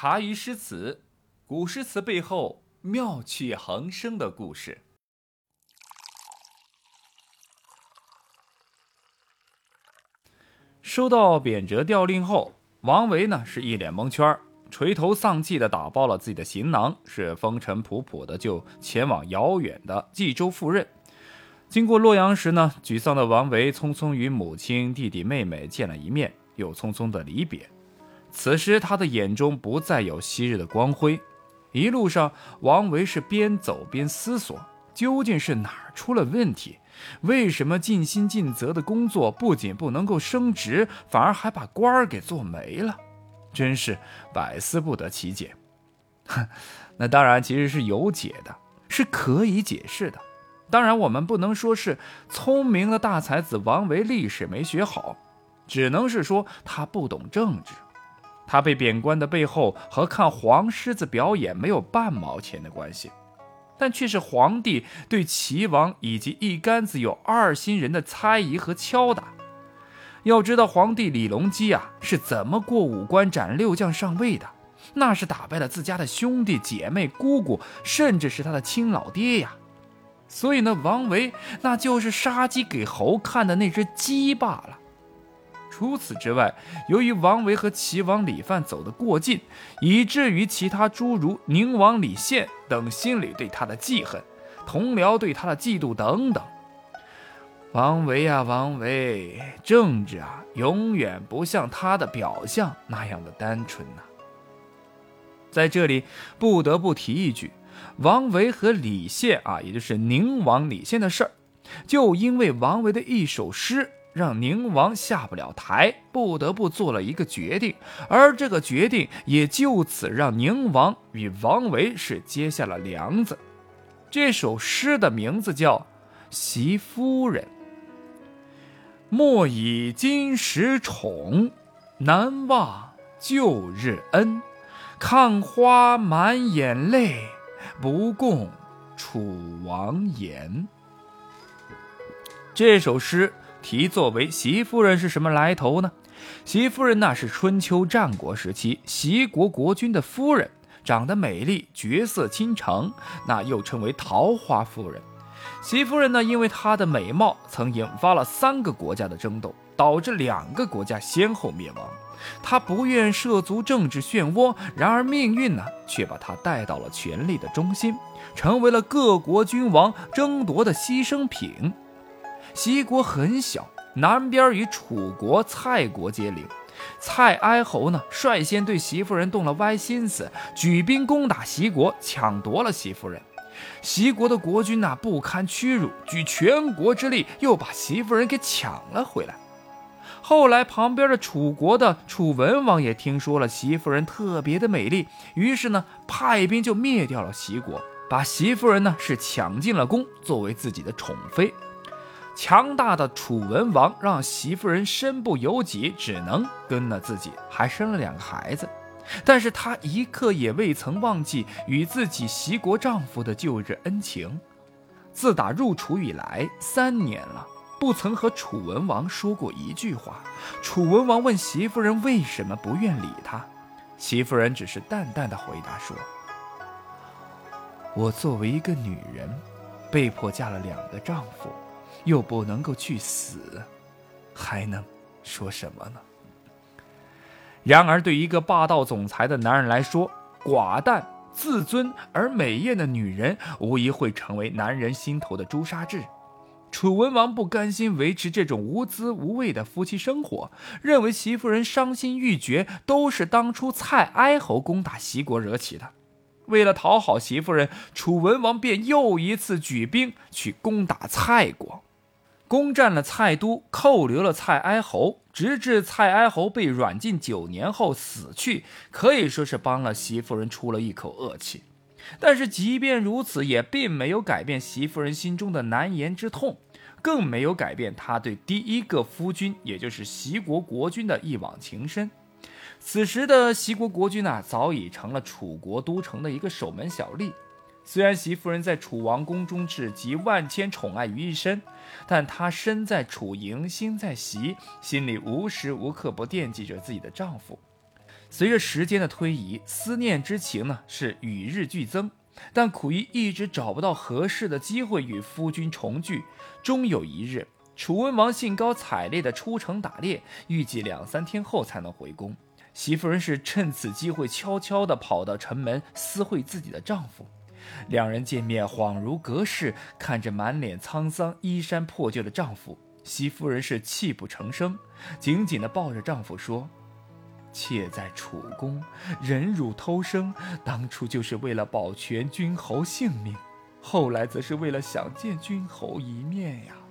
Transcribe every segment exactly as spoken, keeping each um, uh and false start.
茶余诗词，古诗词背后妙趣横生的故事。收到贬谪调令后，王维呢是一脸蒙圈，垂头丧气地打包了自己的行囊，是风尘仆仆的就前往遥远的冀州赴任。经过洛阳时呢，沮丧的王维匆匆与母亲、弟弟、妹妹见了一面，又匆匆的离别。此时他的眼中不再有昔日的光辉，一路上王维是边走边思索，究竟是哪儿出了问题？为什么尽心尽责的工作不仅不能够升职，反而还把官儿给做没了？真是百思不得其解。那当然其实是有解的，是可以解释的。当然我们不能说是聪明的大才子王维历史没学好，只能是说他不懂政治。他被贬官的背后和看黄狮子表演没有半毛钱的关系，但却是皇帝对齐王以及一竿子有二心人的猜疑和敲打。要知道皇帝李隆基啊是怎么过五关斩六将上位的，那是打败了自家的兄弟姐妹、姑姑，甚至是他的亲老爹呀。所以呢，王维那就是杀鸡给猴看的那只鸡罢了。除此之外，由于王维和齐王李范走得过近，以至于其他诸如宁王李宪等心里对他的记恨，同僚对他的嫉妒等等。王维啊王维，政治啊永远不像他的表象那样的单纯啊。在这里不得不提一句，王维和李宪啊，也就是宁王李宪的事儿，就因为王维的一首诗让宁王下不了台，不得不做了一个决定，而这个决定也就此让宁王与王维是结下了梁子。这首诗的名字叫《席夫人》。莫以今时宠，难忘旧日恩。看花满眼泪，不共楚王言。这首诗题作为席夫人是什么来头呢？席夫人那是春秋战国时期齐国国君的夫人，长得美丽，绝色倾城，那又称为桃花夫人。席夫人呢，因为她的美貌曾引发了三个国家的争斗，导致两个国家先后灭亡。她不愿涉足政治漩涡，然而命运呢，却把她带到了权力的中心，成为了各国君王争夺的牺牲品。齐国很小，南边与楚国、蔡国接邻。蔡哀侯呢，率先对席夫人动了歪心思，举兵攻打齐国，抢夺了席夫人。齐国的国君啊，不堪屈辱，举全国之力又把席夫人给抢了回来。后来旁边的楚国的楚文王也听说了席夫人特别的美丽，于是呢，派兵就灭掉了齐国，把席夫人呢是抢进了宫，作为自己的宠妃。强大的楚文王让席夫人身不由己，只能跟了自己，还生了两个孩子。但是她一刻也未曾忘记与自己齐国丈夫的旧日恩情。自打入楚以来三年了，不曾和楚文王说过一句话。楚文王问席夫人为什么不愿理他，席夫人只是淡淡的回答说：我作为一个女人，被迫嫁了两个丈夫，又不能够去死，还能说什么呢？然而对于一个霸道总裁的男人来说，寡淡、自尊而美艳的女人无疑会成为男人心头的朱砂痣。楚文王不甘心维持这种无滋无味的夫妻生活，认为席夫人伤心欲绝都是当初蔡哀侯攻打齐国惹起的。为了讨好席夫人，楚文王便又一次举兵去攻打蔡国，攻占了蔡都，扣留了蔡哀侯，直至蔡哀侯被软禁九年后死去，可以说是帮了席夫人出了一口恶气。但是即便如此，也并没有改变席夫人心中的难言之痛，更没有改变她对第一个夫君，也就是齐国国君的一往情深。此时的齐国国君啊，早已成了楚国都城的一个守门小吏。虽然席夫人在楚王宫中是集万千宠爱于一身，但她身在楚营心在席，心里无时无刻不惦记着自己的丈夫。 随着时间的推移，思念之情呢是与日俱增，但苦于一直找不到合适的机会与夫君重聚。终有一日，楚文王兴高采烈地出城打猎，预计两三天后才能回宫。席夫人是趁此机会悄悄地跑到城门私会自己的丈夫。两人见面恍如隔世，看着满脸沧桑、衣衫破旧的丈夫，席夫人是泣不成声，紧紧地抱着丈夫说：妾在楚宫忍辱偷生，当初就是为了保全君侯性命，后来则是为了想见君侯一面呀。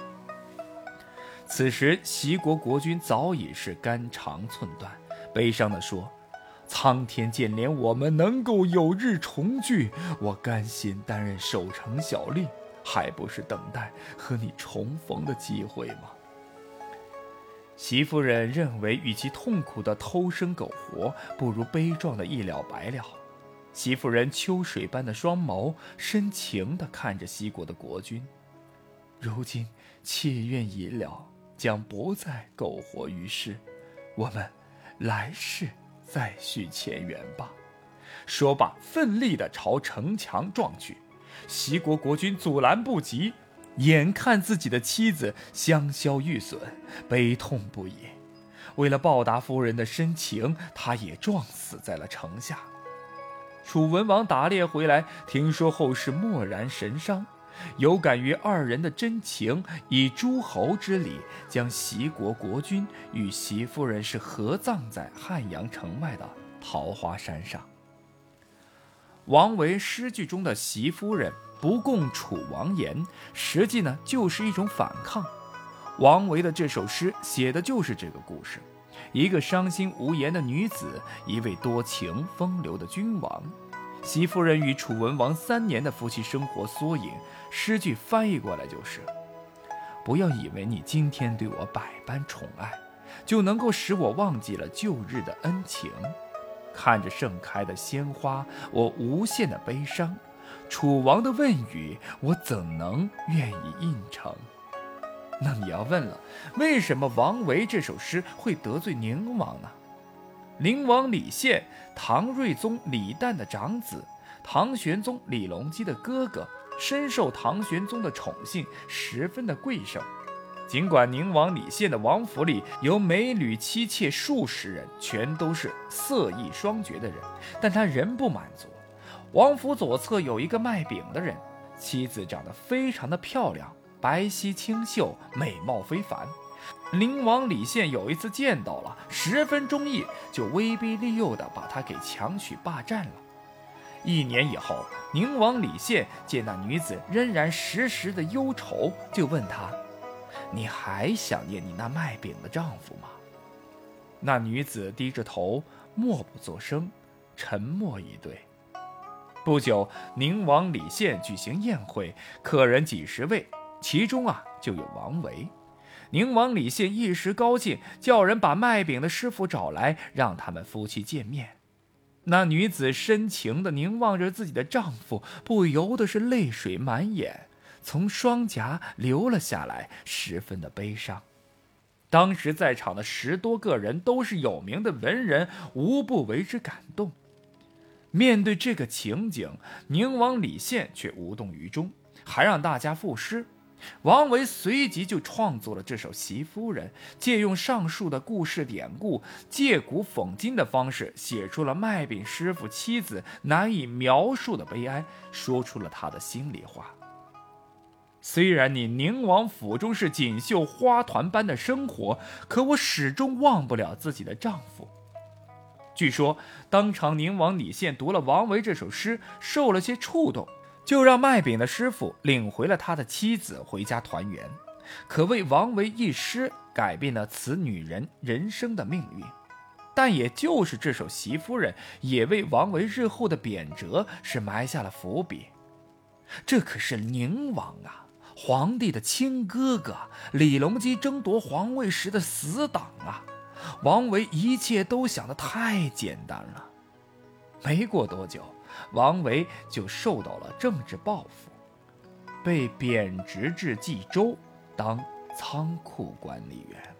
此时齐国国君早已是肝肠寸断，悲伤地说：苍天见怜我们能够有日重聚，我甘心担任守城小吏，还不是等待和你重逢的机会吗？席夫人认为，与其痛苦的偷生苟活，不如悲壮的一了百了。席夫人秋水般的双眸深情地看着西国的国君，如今妾愿已了，将不再苟活于世，我们来世再续前缘吧。说罢，奋力地朝城墙撞去。齐国国君阻拦不及，眼看自己的妻子香消玉损，悲痛不已。为了报答夫人的深情，他也撞死在了城下。楚文王打猎回来，听说后是默然神伤，有感于二人的真情，以诸侯之礼将齐国国君与席夫人是合葬在汉阳城外的桃花山上。王维诗句中的席夫人不共楚王言，实际呢就是一种反抗。王维的这首诗写的就是这个故事，一个伤心无言的女子，一位多情风流的君王。席夫人与楚文王三年的夫妻生活缩影，诗句翻译过来就是：不要以为你今天对我百般宠爱，就能够使我忘记了旧日的恩情。看着盛开的鲜花，我无限的悲伤，楚王的问语，我怎能愿意应承？那你要问了，为什么王维这首诗会得罪宁王呢？宁王李宪，唐睿宗李旦的长子，唐玄宗李隆基的哥哥，深受唐玄宗的宠幸，十分的贵盛。尽管宁王李宪的王府里有美女妻妾数十人，全都是色艺双绝的人，但他仍不满足。王府左侧有一个卖饼的人，妻子长得非常的漂亮，白皙清秀，美貌非凡。宁王李宪有一次见到了，十分中意，就威逼利诱地把他给强娶霸占了。一年以后，宁王李宪见那女子仍然时时的忧愁，就问她：你还想念你那卖饼的丈夫吗？那女子低着头，默不作声，沉默以对。不久，宁王李宪举行宴会，客人几十位，其中啊就有王维。宁王李宪一时高兴，叫人把卖饼的师傅找来，让他们夫妻见面。那女子深情地凝望着自己的丈夫，不由得是泪水满眼，从双颊流了下来，十分的悲伤。当时在场的十多个人都是有名的文人，无不为之感动。面对这个情景，宁王李宪却无动于衷，还让大家赋诗。王维随即就创作了这首《席夫人》，借用上述的故事典故，借古讽今的方式，写出了卖饼师傅妻子难以描述的悲哀，说出了他的心里话。虽然你宁王府中是锦绣花团般的生活，可我始终忘不了自己的丈夫。据说当场宁王李宪读了王维这首诗，受了些触动，就让卖饼的师傅领回了他的妻子回家团圆，可谓王维一诗改变了此女人人生的命运。但也就是这首《席夫人》，也为王维日后的贬谪是埋下了伏笔。这可是宁王啊，皇帝的亲哥哥，李隆基争夺皇位时的死党啊！王维一切都想得太简单了。没过多久，王维就受到了政治报复，被贬职至冀州当仓库管理员。